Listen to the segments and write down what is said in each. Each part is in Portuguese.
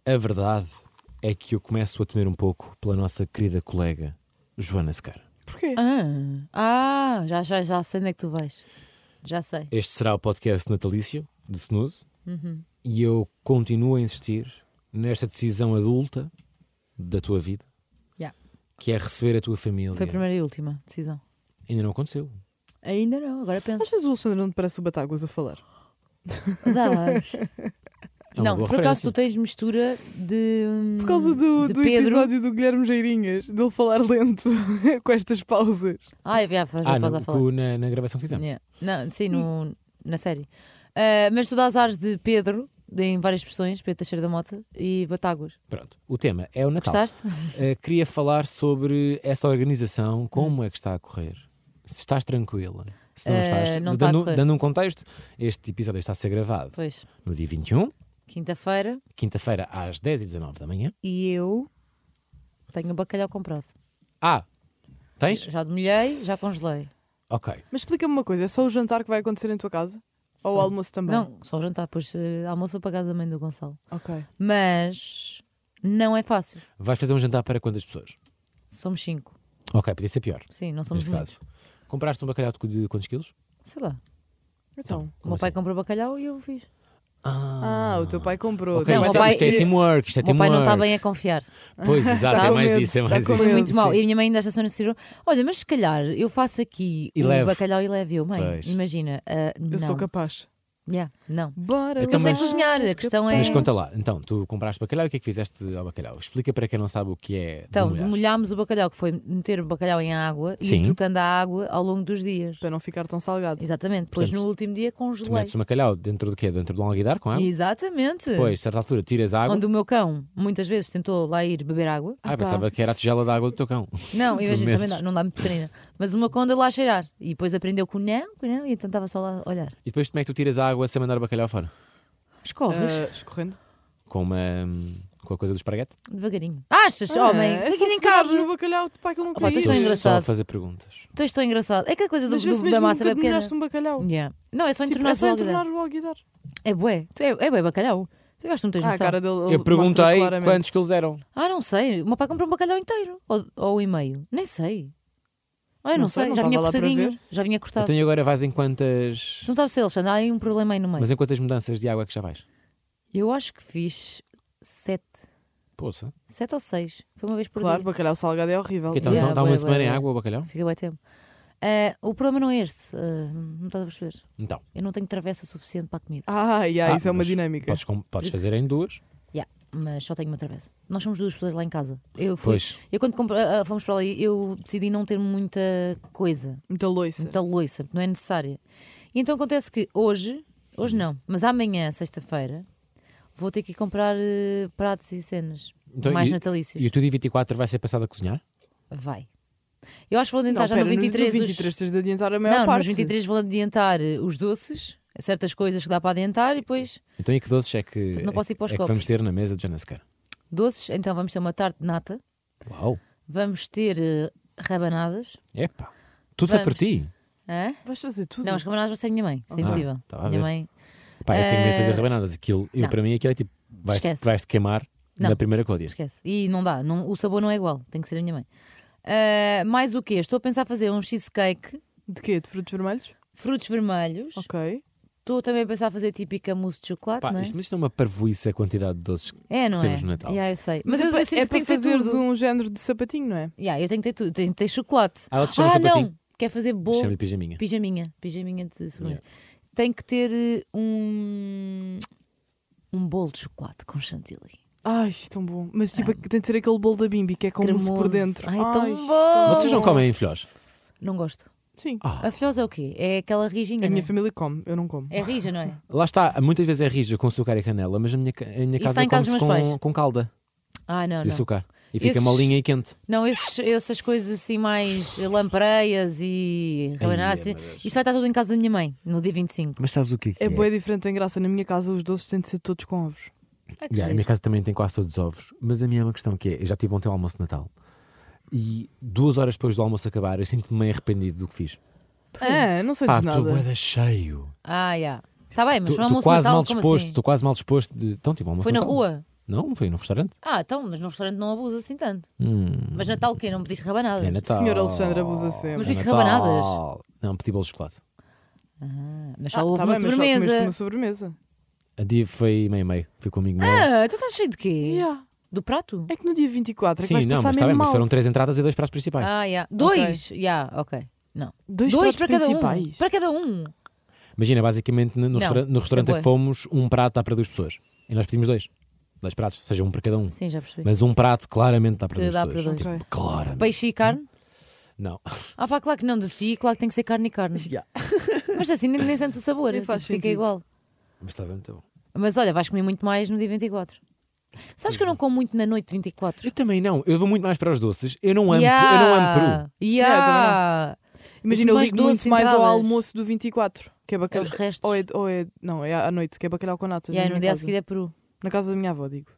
A verdade é que eu começo a temer um pouco pela nossa querida colega Joana Sequeira. Porquê? Já sei onde é que tu vais. Já sei. Este será o podcast natalício de Snooze e eu continuo a insistir nesta decisão adulta da tua vida, que é receber a tua família. Foi a primeira e última decisão. Ainda não aconteceu. Ainda não, agora penso. Às vezes o Alexandre não te parece o Batáguas a falar. Dás. É uma Não, boa por acaso referência. tu tens mistura de. Por causa do Pedro. episódio do Guilherme Geirinhas, dele falar lento, com estas pausas. Faz uma pausa a falar. Na gravação que fizemos. Yeah. Não, sim, na série. Mas tu dás ares de Pedro, em várias expressões, Pedro Teixeira da Mota e Batáguas. Pronto, o tema é o Natal. Gostaste? Queria falar sobre essa organização, como é que está a correr. Se estás tranquila, se não estás. não está a correr. Dando um contexto, este episódio está a ser gravado Pois. no dia 21, Quinta-feira, quinta-feira às 10h19 da manhã. e eu tenho o bacalhau comprado. Tens? Já demolhei, já congelei. Ok. Mas explica-me uma coisa, é só o jantar que vai acontecer em tua casa? Ou o almoço também? Não, só o jantar, pois almoço para a casa da mãe do Gonçalo. Ok. Mas não é fácil. Vais fazer um jantar para quantas pessoas? Somos 5. Ok, podia ser pior. Sim, não somos Neste muitos. caso. Compraste um bacalhau de quantos quilos? Sei lá. Então. O Como meu pai assim? comprou bacalhau e eu fiz. O teu pai comprou. Ok, Não, isto, o pai- isto é teamwork. Isto é O meu pai não está teamwork. bem a confiar. Pois, exato, é Sabe? mais isso. É Está mais com isso. Foi medo. muito mau. sim. E a minha mãe ainda esta semana decidiu: olha, mas se calhar eu faço aqui E o levo. bacalhau e levo. Eu, mãe, Pois. imagina. Eu não. sou capaz. Não. Bora. Porque eu sei mas- cozinhar, a questão é. Mas conta lá, então, tu compraste bacalhau e o que é que fizeste ao bacalhau? Explica para quem não sabe o que é Então, demolhar. demolhámos o bacalhau, que foi meter o bacalhau em água e Sim. ir trocando a água ao longo dos dias. Para não ficar tão salgado. Exatamente. Depois Portanto, no último dia Tu congelei. metes o bacalhau dentro do quê? Dentro de um alguidar com água? Exatamente. Depois, a certa altura, tiras a água. Onde o meu cão muitas vezes tentou lá ir beber água. Pensava que era a tigela de água do teu cão. Não, imagina, menos. também não dá muito pequenina. Mas o meu cão andou lá a cheirar. E depois aprendeu que não, e então estava só lá a olhar. E depois como é que tu tiras a água sem mandar o bacalhau fora? Escorres. Escorrendo. Com a coisa do esparguete? Devagarinho. Achas, homem? É Tem só que nem segurares cabe. no bacalhau para que ele não Opa, caia. tu és Estou tão só engraçado. a fazer perguntas. Estou tão engraçado. É que a coisa Mas vê-se da mesmo massa é que bem pequena. demolhaste um bacalhau. Yeah. Não, é só Tipo, entornar é o só alguidar. entornar o alguidar. É bué. É bué bacalhau. Tu acho que não tens A noção. cara dele Eu mostra perguntei claramente. quantos que eles eram. Não sei. O meu pai comprou um bacalhau inteiro. Ou e meio. Nem sei. Eu não Não sei, sei. não Já vinha estava lá para cortadinho. ver. Já vinha cortado. Então e agora vais em quantas. Tu não sabes se Alexandre, há aí um problema aí no meio. Mas em quantas mudanças de água é que já vais? Eu acho que fiz 7. Poça. 7 ou 6. Foi uma vez por Claro, dia. bacalhau salgado é horrível. Então Yeah, dá uma bué, semana bué, em bué. água o bacalhau? Fica bem tempo. O problema não é este. Não estás a perceber? Então. Eu não tenho travessa suficiente para a comida. Isso é uma mas dinâmica. Podes fazer em duas. Mas só tenho uma travessa. Nós somos duas pessoas lá em casa. Eu quando fomos para ali, eu decidi não ter muita coisa, Muita loiça. muita louça, porque não é necessária. E então acontece que hoje não, mas amanhã, sexta-feira, vou ter que ir comprar pratos e cenas Então, mais e- natalícios. E o teu dia 24 vai ser passado a cozinhar? Vai. Eu acho que vou adiantar Não, já pera, no 23. No 23 tens de adiantar a maior Não, parte. nos 23 vou adiantar os doces, certas coisas que dá para adiantar e depois Então e que doces é que, Não posso ir para os é que copos. vamos ter na mesa de Joana Sequeira? doces. Então vamos ter uma tarte de nata, Uau! vamos ter rabanadas. Epá! Tudo feito por Vamos. ti? Hã? Vais fazer tudo. Não, as rabanadas vai ser a minha mãe, isso é impossível. estava a Minha ver. mãe. Pá, eu tenho medo de fazer rabanadas. Aquilo, não. para mim aquilo é tipo, Esquece. vais-te queimar Não. na primeira códia. Esquece. E não dá, o sabor não é igual, tem que ser a minha mãe. Mais o quê? Estou a pensar fazer um cheesecake, De quê? De frutos vermelhos? frutos vermelhos. Ok. Estou também a pensar fazer típica mousse de chocolate, Pá, não é? isto é uma parvoíce a quantidade de doces que É, não temos é? no Natal. Yeah, eu sei. Mas Mas eu sinto é que tem para que ter fazeres tudo. um género de sapatinho, não é? Eu tenho que ter tudo. Tenho que ter chocolate. Ela te chama sapatinho? Não! Quer fazer bolo. Chama-lhe pijaminha. Pijaminha de sobremesa. Tem que ter um bolo de chocolate com chantilly. Ai, tão bom. Mas tipo, tem de ser aquele bolo da Bimbi que é com mousse por Cremoso. dentro. Ai, tão isto bom. Vocês não comem filhós? Não gosto. Sim. A filhosa é o quê? É aquela rijinha, A não minha é? família come, eu não como. É rija, não é? Lá está, muitas vezes é rija com açúcar e canela, mas a minha casa está em casa dos come-se meus pais. com calda Não, de não. açúcar. E fica Esses- molinha e quente. Não, essas coisas assim mais lampareias e rabanadas, Ai, assim, meu Deus. isso vai estar tudo em casa da minha mãe, no dia 25. Mas sabes o que É boa diferente, tem graça. Na minha casa os doces têm de ser todos com ovos. A minha casa também tem quase todos os ovos. Mas a minha é uma questão que é, eu já tive ontem o almoço de Natal e 2 horas depois do almoço acabar eu sinto-me meio arrependido do que fiz. Não sei Pá, de estou nada. bué cheio. Já. Está bem, mas foi um Estou almoço de quase Natal, mal como disposto. assim? Estou quase mal disposto de. Então tive um almoço Foi de na Natal. rua? Não, foi num restaurante. Então, mas no restaurante não abusa assim tanto. Mas Natal o quê? Não pediste rabanadas? É Natal. Senhor Alexandre abusa sempre. Mas É pediste Natal. rabanadas? Não, pedi bolo de chocolate. Mas só houve tá uma bem, mas só comeste sobremesa. uma sobremesa. A dia foi meio-meio. Fui com um amigo meu. Tu estás cheio de quê? Yeah. Do prato? É que no dia 24 é que Sim, vais não, passar mas está mesmo bem, mas mal. foram 3 entradas e 2 pratos principais. Dois? Ok. Não. Dois Dois pratos para cada um. principais. Para cada um. Imagina, basicamente no restaurante isso é que fomos, um prato dá para 2 pessoas. E nós pedimos 2. 2 pratos, ou seja, um para cada um. Sim, já percebi. Mas um prato claramente dá para Que 2 dá pessoas. para dois. Ok. Tipo, claramente. Peixe e carne? Não. Claro que não, de si, claro que tem que ser carne e carne. Mas assim nem sente o sabor, Nem faz fica sentido. igual. Mas está bem, está bom. Mas olha, vais comer muito mais no dia 24. Sabes que eu não como muito na noite de 24? Eu também não. Eu vou muito mais para os doces. Eu não amo, eu não amo peru. Imagina, eu mais ligo muito doce, mais ao entradas. almoço do 24, que é bacalhau. Os restos. Não, é à noite, que é bacalhau com natas. E aí na no minha dia a casa. seguir é peru. Na casa da minha avó, digo.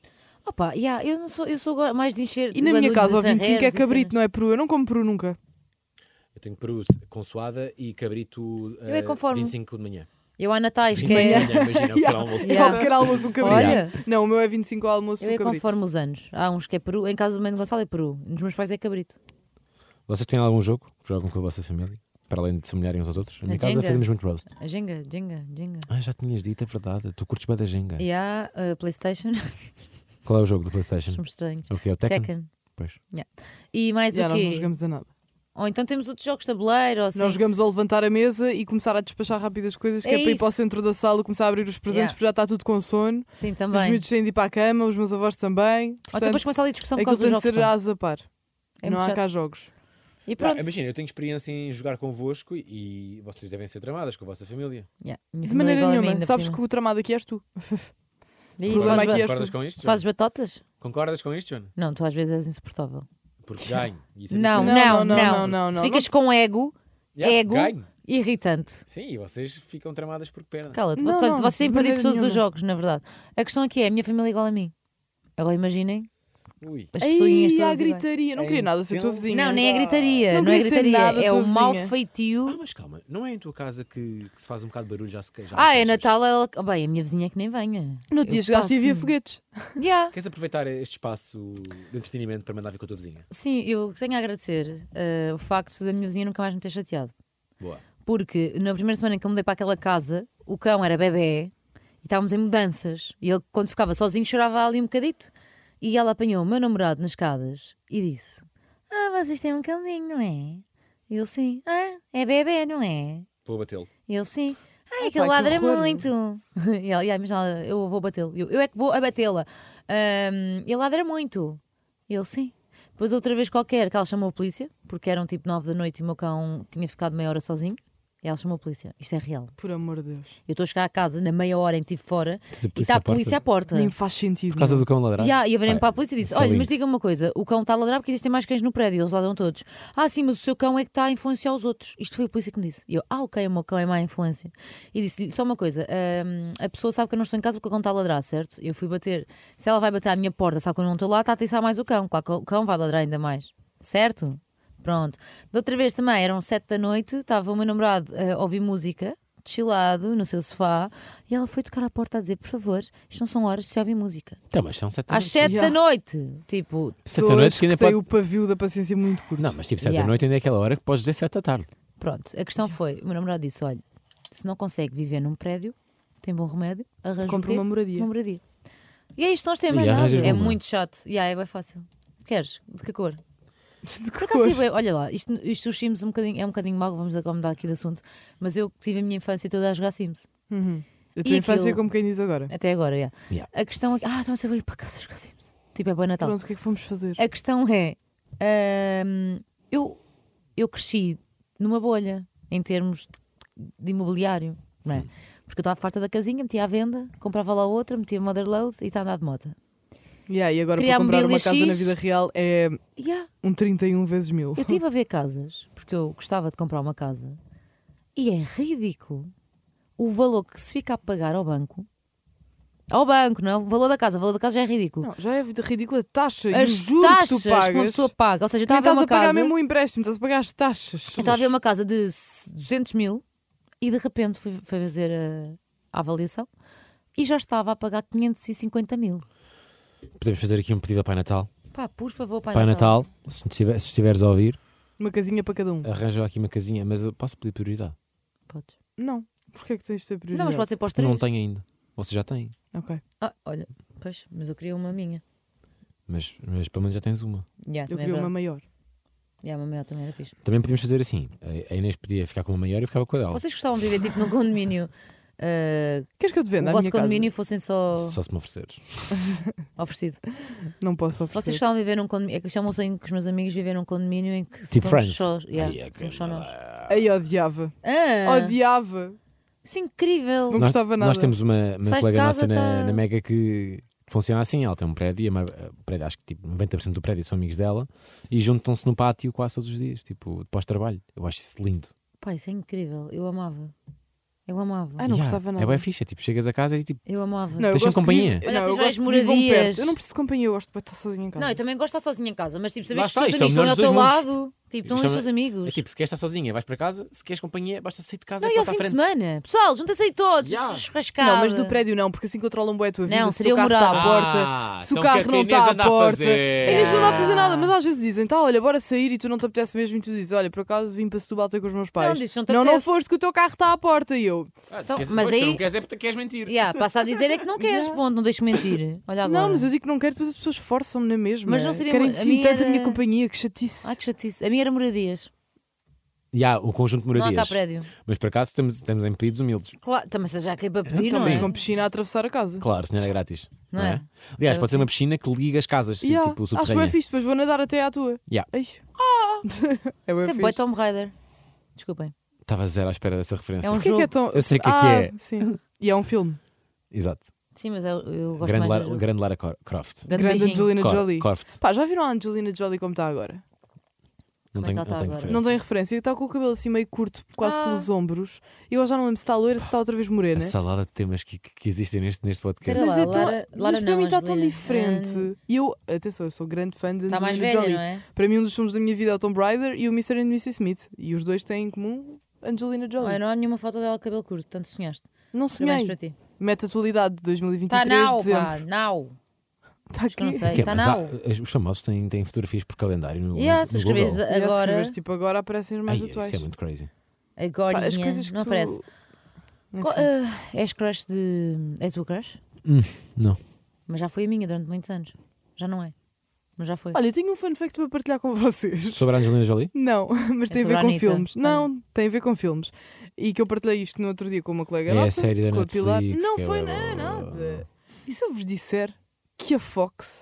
Eu sou mais de encher. E na minha casa, ao ao 25 é cabrito, não é peru. Eu não como peru nunca. Eu tenho peru com suada e cabrito Eu é conforme. 25 de manhã. Eu há natais, que 25 é. de manhã, imagina, o pequeno almoço. Yeah. Ao pequeno almoço, o cabrito. Olha. Não, o meu é 25 ao almoço, Eu o é cabrito. conforme os anos. Há uns que é peru. Em casa do Mano Gonçalo é peru. Nos meus pais é cabrito. Vocês têm algum jogo que jogam com a vossa família? Para além de se humilharem uns aos outros? Na minha casa Jenga. fazemos muito roast. A Jenga. Já tinhas dito, é verdade. Tu curtes bem da Jenga. E há PlayStation. Qual é o jogo do PlayStation? Somos estranhos. O que é o Tekken? Tekken. Pois. E mais Já, o nós não quê? jogamos a nada. Ou então temos outros jogos de tabuleiro. Ou assim. Nós jogamos ao levantar a mesa e começar a despachar rápido as coisas, que É é para ir para o isso. centro da sala, começar a abrir os presentes, porque já está tudo com sono. Sim, Os também. miúdos têm de ir para a cama, os meus avós também. Ou então Portanto, depois começa ali a discussão por aquilo causa dos tem de jogos. ser pá. asa par. É Não muito há cá chato. jogos. E pronto. Imagina, eu tenho experiência em jogar convosco e vocês devem ser tramadas com a vossa família. Minha De família maneira é igual a mim, nenhuma. ainda por Sabes cima. que o tramado aqui és tu. E o problema fazes, aqui és Concordas tu. com isto? fazes batotas? Concordas com isto, Joana? Não, tu às vezes és insuportável. Porque ganho. E isso é Não, diferente. não. Tu ficas com ego Yeah, ganho. irritante. Sim, e vocês ficam tramadas porque perdem. Cala-te. Não, Vocês não, têm de perdido maneira todos os nenhuma. jogos, na verdade. A questão aqui é a minha família é igual a mim. Agora imaginem Ui. as pessoinhas Ai, há todas iguais. gritaria. Não queria nada ser tua Então- vizinha. Não, nem é gritaria. Não Não é queria ser gritaria. nada É tua o mau vizinha. feitio. Mas calma, não é em tua casa que se faz um bocado de barulho já se já É fechas? Natal. Bem, a minha vizinha é que nem venha. No Eu dia chegaste e havia passo-me. foguetes. Yeah. Queres aproveitar este espaço de entretenimento para mandar vir com a tua vizinha? Sim, eu tenho a agradecer o facto da minha vizinha nunca mais me ter chateado. Boa. Porque na primeira semana em que eu mudei para aquela casa, o cão era bebê e estávamos em mudanças. E ele, quando ficava sozinho, chorava ali um bocadito. E ela apanhou o meu namorado nas escadas e disse: vocês têm um cãozinho, não é? E eu sim. É bebê, não é? Vou batê-lo. E ele sim. Aquele que ladra horror. muito. E ela, mas não, eu vou batê-lo. Eu é que vou abatê-la. Ele ladra muito. E ele sim. Depois outra vez qualquer que ela chamou a polícia, porque eram tipo 9 da noite e o meu cão tinha ficado meia hora sozinho. E ela chamou a polícia. Isto é real. Por amor de Deus. Eu estou a chegar a casa na meia hora em que estive fora Tens a e polícia está a à porta? polícia à porta. Nem faz sentido. Por causa não. do cão ladrar? E eu virei Pá, para a polícia e disse: isso é olha, lindo. mas diga-me uma coisa, o cão está a ladrar porque existem mais cães no prédio, eles ladram todos. Sim, mas o seu cão é que está a influenciar os outros. Isto foi a polícia que me disse. E eu, ok, o meu cão é má influência. E disse-lhe só uma coisa: a pessoa sabe que eu não estou em casa porque o cão está a ladrar, certo? Eu fui bater. Se ela vai bater à minha porta, sabe que eu não estou lá, está a atiçar mais o cão. Claro que o cão vai ladrar ainda mais, certo? Pronto. Da outra vez também, eram 7 da noite, estava o meu namorado a ouvir música, chilado, no seu sofá, e ela foi tocar à porta a dizer: por favor, isto não são horas de se ouvir música. Então, mas são 7 Às 7 Yeah. da noite. Tipo, 7 da noite que ainda tem pode... o pavio da paciência muito curto. Não, mas tipo 7 Yeah. da noite ainda é aquela hora que podes dizer 7 da tarde. pronto. A questão foi: o meu namorado disse: olha, se não consegue viver num prédio, tem bom remédio, arranja Compra o quê? uma moradia. Uma moradia. E é isto que nós temos. E arranjas É uma. muito chato. É bem fácil. Queres? De que cor? De Por que acaso, cor? olha lá, isto os Sims é um bocadinho mau, vamos agora mudar aqui de assunto, mas eu tive a minha infância toda a jogar Sims. Uhum. A E tua infância, aquilo- como quem diz agora. Até agora, yeah. Yeah. A questão é que. Estamos a ir para casa jogar Sims. Tipo, é bom Natal. Pronto, o que é que fomos fazer? A questão é. Eu cresci numa bolha em termos de imobiliário, não é? Porque eu estava farta da casinha, metia à venda, comprava lá outra, metia motherload e está a andar de moto. Yeah, e agora Criar para comprar uma mobília casa X. na vida real é Yeah. um 31 vezes 1000. Eu estive a ver casas, porque eu gostava de comprar uma casa, e é ridículo o valor que se fica a pagar ao banco. Ao banco, não é? O valor da casa. O valor da casa já é ridículo. Não, já é ridícula a taxa. As e o juro taxas que tu pagas. que uma pessoa paga. Ou seja, eu Nem estava a ver estás uma a pagar casa. mesmo o empréstimo, estás a pagar as taxas. Eu estava a ver uma casa de 200 mil e de repente fui fazer a avaliação e já estava a pagar 550 mil. Podemos fazer aqui um pedido ao Pai Natal. Pá, por favor, Pai Pai Natal. Natal, se estiveres a ouvir, Uma casinha para cada um. arranja aqui uma casinha, mas eu posso pedir prioridade. Podes. Não. Porquê é que tens de ter prioridade? Não, mas pode ser para os Eu 3. não tenho ainda. Você já tem. Ok. Olha, pois, mas eu queria uma minha. Mas pelo menos já tens uma. Yeah, Eu também é queria uma verdade. maior. Yeah, uma maior também era fixe. Também podíamos fazer assim. A Inês podia ficar com uma maior e eu ficava com a dela. Vocês gostavam de viver tipo num condomínio? Queres que eu te venda O a vosso minha condomínio fossem só Só se me ofereceres. oferecido. casa? Não posso Se oferecer. vocês gostavam de viver num condomínio, é que chamam-se em que os meus amigos vivem num condomínio em que Tipo somos Friends. só, yeah, Ai, somos só nós. Aí odiava. Odiava. Isso é incrível. Não gostava nada. Nós temos uma Sais de colega casa, nossa tá- na Mega que funciona assim. Ela tem um prédio e o prédio, acho que tipo 90% do prédio são amigos dela e juntam-se no pátio quase todos os dias, tipo pós-trabalho. Eu acho isso lindo. Pá, isso é incrível. Eu amava. Eu amava. Não gostava nada. É bem fixe. É tipo, chegas a casa e tipo, Eu amava. Não, eu Tens gosto companhia? que Olha, não, tens eu várias gosto que vivam moradias. perto. Eu não preciso de companhia, eu gosto de estar sozinha em casa. Não, eu também gosto de estar sozinha em casa, mas tipo, saber Lá que os teus está, amigos isto é o estão ao melhor teu dos dois lado. Tipo, estão Isto os é- teus amigos. é tipo, se queres estar sozinha, vais para casa. Se queres companhia, basta sair de casa Não, e e ao para a fim de frente. semana. Pessoal, juntem-se aí todos. Yeah. Churrascada. Não, mas do prédio não, porque assim controlam bem a tua vida. Não, Se o seria teu carro está morar. à porta, se o então carro o que é não que a está Inês à anda a porta. fazer? A Inês não anda a fazer nada, mas às vezes dizem, tá, olha, bora sair e tu não te apetece mesmo e tu dizes, olha, por acaso vim para Setúbal ter com os meus pais. disse, não te não apetece. foste que o teu carro está à porta e eu. Então, Mas mas tu aí- não queres é porque queres mentir. Yeah, passa a dizer é que não queres, Yeah. ponto, não deixes mentir. Olha agora. Não, mas eu digo que não quero, depois as pessoas forçam-me na mesma. Mas não seria Querem a sim minha tanto a era- minha companhia, que chatice. Ai, que chatice. A minha era moradias. O conjunto de Não há cá moradias. prédio. Mas por acaso estamos em pedidos humildes. Claro, também se já quer para pedir, Então, não mas é? com piscina a atravessar a casa. Claro, senhora é grátis. Não Não é? é? Aliás, É pode ser ok. uma piscina que liga as casas, Yeah, tipo acho bem subterrânea. fixe, depois vou nadar até à tua. Yeah. Ai. É bem Isso é fixe. boi Tomb Raider. Desculpem. Estava zero à espera dessa referência. É um O que é jogo. tão... Eu sei o que é ah, que é. Sim. E é um filme. Exato. Sim, mas eu gosto Grande, mais do jogo. grande Lara Croft. Grande Grande beijinho. Angelina Jolie. Croft. Pá, já viram a Angelina Jolie como está agora? Não Como é tenho, que ela não está tenho agora? referência. Não tem referência. Está com o cabelo assim meio curto, quase Ah. pelos ombros. E eu já não lembro se está loira, se está outra vez morena. A salada de temas que existem neste podcast. Espera Mas, lá, é tão... Lara mas para não, mim está tão Angelina. diferente. E eu, atenção, eu sou grande fã de Está mais Angelina velha, Jolie. não é? Para mim, um dos filmes da minha vida é o Tomb Raider e o Mr. and Mrs. Smith. E os dois têm em comum Angelina Jolie. Olha, não há nenhuma foto dela de cabelo curto, tanto sonhaste. Não Parabéns sonhei. para ti. Meta atualidade de 2023 Está now, dezembro. pá, now. Está Acho que não aqui. sei. Que é, Está mas now. os famosos têm fotografias por calendário no, Yeah, no se escreves Google. E se agora. escreves, tipo, agora aparecem as mais Ai, atuais. isso é muito crazy. Agora, Pá, as coisas que não tu... aparece. Enfim. És crush de. És tua crush? Não. Mas já foi a minha durante muitos anos. Já não é. Mas já foi. Olha, eu tenho um fun fact para partilhar com vocês. Sobre a Angelina Jolie? Não, mas tem a sobre ver a com Anitta. filmes. Não, tem a ver com filmes. E que eu partilhei isto no outro dia com uma colega É a nossa. série da com a Pilar. Netflix, Não que é foi bué nada. E se eu vos disser que a Fox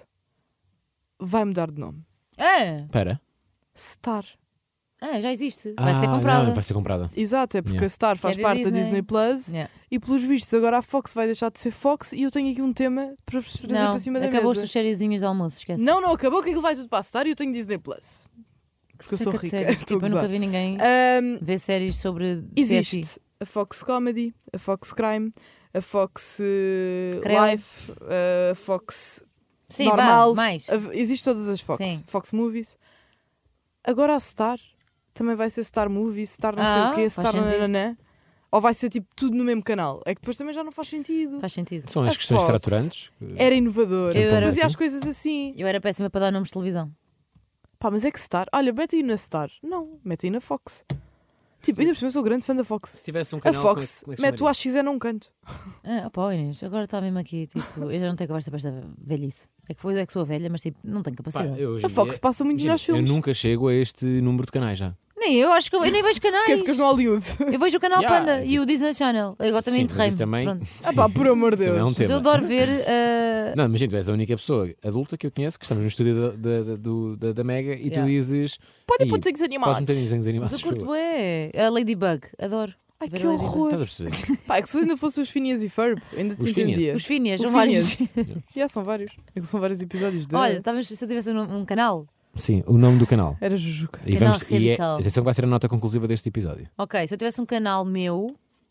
vai mudar de nome? Espera. Star. Já existe. Vai ser comprada. Não, vai ser comprada. Exato, é porque Yeah. a Star faz Que é da parte da Disney. Disney Plus Yeah. e pelos vistos agora a Fox vai deixar de ser Fox e eu tenho aqui um tema para vos trazer Não, para cima da acabou os mesa. teus sériezinhos de almoço, esquece. Não, acabou que aquilo vai tudo para a Star e eu tenho Disney Plus. Porque eu sou Seca de rica. séries. Estou a Tipo, eu nunca gozar. vi ninguém ver séries sobre Existe CSI. a Fox Comedy, a Fox Crime, a Fox Creo. Life, a Fox Sim, normal. vá, mais. Existe todas as Fox. Sim. Fox Movies. Agora a Star também vai ser Star Movies, Star não sei o quê, faz Star sentido. nananã. Ou vai ser tipo tudo no mesmo canal. É que depois também já não faz sentido. Faz sentido. São as A questões Fox fraturantes. Era inovador. Eu era- Fazia as coisas assim. Eu era péssima para dar nomes de televisão. Pá, mas é que Star. Olha, mete aí na Star. Não, mete aí na Fox. Tipo, ainda por cima eu sou grande fã da Fox. Se tivesse um A canal, Fox mete o AXN num canto. Pá, Inês, agora está mesmo aqui, tipo, eu já não tenho conversa para esta velhice. É que sou velha, mas tipo, não tenho capacidade. A Fox passa muito melhores Eu filmes. nunca chego a este número de canais já. Nem eu, acho que eu nem vejo Que canais. ficas no Hollywood. Eu vejo o canal Yeah, Panda tipo- e o Disney Channel. Agora também Sim, mas enterrei-me. isso também- Pronto. Ah pá, por amor de Isso também é um Deus. Mas eu tema. adoro ver. Não, imagina, tu és a única pessoa adulta que eu conheço que estamos no estúdio da Mega e tu Yeah. dizes. Podem "Ih, pôr desenhos podes animados. meter desenhos Mas animados. eu por curto favor." bué. A Ladybug, adoro. Ai, Ver que a Ladybug. horror. Estás a perceber? Pá, é que se ainda fossem os Phineas e Ferb, ainda te Os Phineas. entendia. Os Phineas, O são vários. Phineas. Já são vários. É que são vários episódios de... Olha, talvez se eu tivesse um canal. Sim, o nome do canal. Era Jujuca. E, Canal e Radical. atenção que vai ser a nota conclusiva deste episódio. Ok, se eu tivesse um canal meu,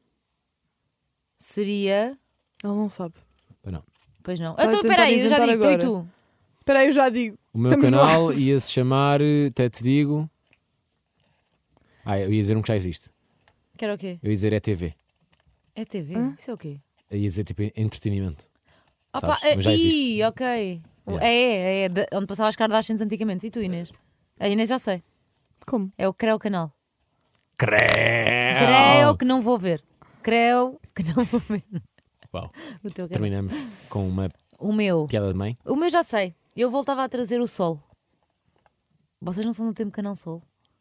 seria. Ele não sabe. Pois não. Pois não. Vai Então, tentar espera aí, eu já inventar digo, tu e agora. tu. Espera aí, eu já digo. O meu Estamos no canal ar. ia se chamar, até te digo. Eu ia dizer um que já existe. Que era o quê? Eu ia dizer ETV. É TV? Hã? Isso é o quê? Eu ia dizer tipo entretenimento. Ah, Sabes? pá, Mas já existe. ok. Yeah. Onde passava as Kardashians antigamente. E tu, Inês? A Inês já sei. Como? É o Creu Canal. Creu que não vou ver. Creu que não vou ver. Uau. O teu canal. Terminamos com uma O meu. piada de mãe. O meu já sei. Eu voltava a trazer o Sol. Vocês não são do tempo Canal Sol?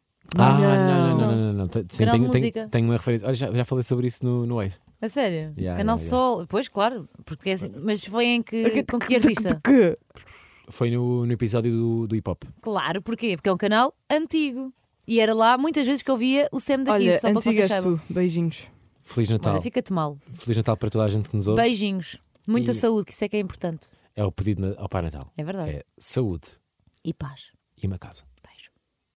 Não. Sim, Canal de música. tenho uma referência. Olha, já falei sobre isso no Wave. A sério? Yeah, Canal yeah. Sol. Pois, claro. Porque é assim. Mas foi em que. Com que artista? Que? Foi no episódio do hip hop. Claro, porquê? Porque é um canal antigo. E era lá muitas vezes que eu via o Sam daqui. Olha, Só para que vocês antigas saibam. tu. Beijinhos. Feliz Natal. Olha, fica-te mal. Feliz Natal para toda a gente que nos ouve. Beijinhos. Muita saúde, que isso é que é importante. É o pedido ao Pai Natal. É verdade. É saúde E paz. e uma casa.